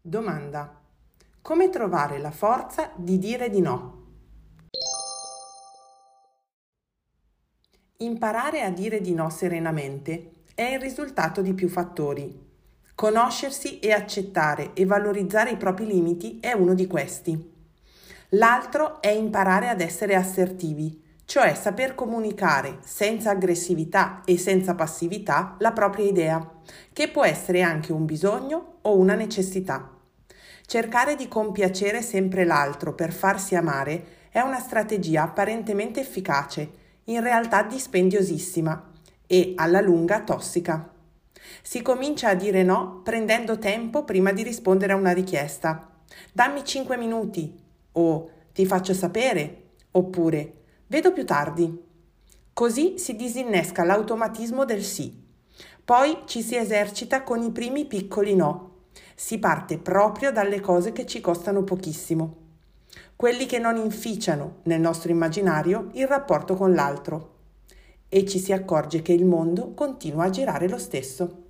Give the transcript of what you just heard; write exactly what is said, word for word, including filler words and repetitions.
Domanda: come trovare la forza di dire di no? Imparare a dire di no serenamente è il risultato di più fattori. Conoscersi e accettare e valorizzare i propri limiti è uno di questi. L'altro è imparare ad essere assertivi, cioè saper comunicare senza aggressività e senza passività la propria idea, che può essere anche un bisogno o una necessità. Cercare di compiacere sempre l'altro per farsi amare è una strategia apparentemente efficace, in realtà dispendiosissima e alla lunga tossica. Si comincia a dire no prendendo tempo prima di rispondere a una richiesta. Dammi cinque minuti o ti faccio sapere oppure vedo più tardi. Così si disinnesca l'automatismo del sì. Poi ci si esercita con i primi piccoli no. Si parte proprio dalle cose che ci costano pochissimo, quelli che non inficiano nel nostro immaginario il rapporto con l'altro, e ci si accorge che il mondo continua a girare lo stesso.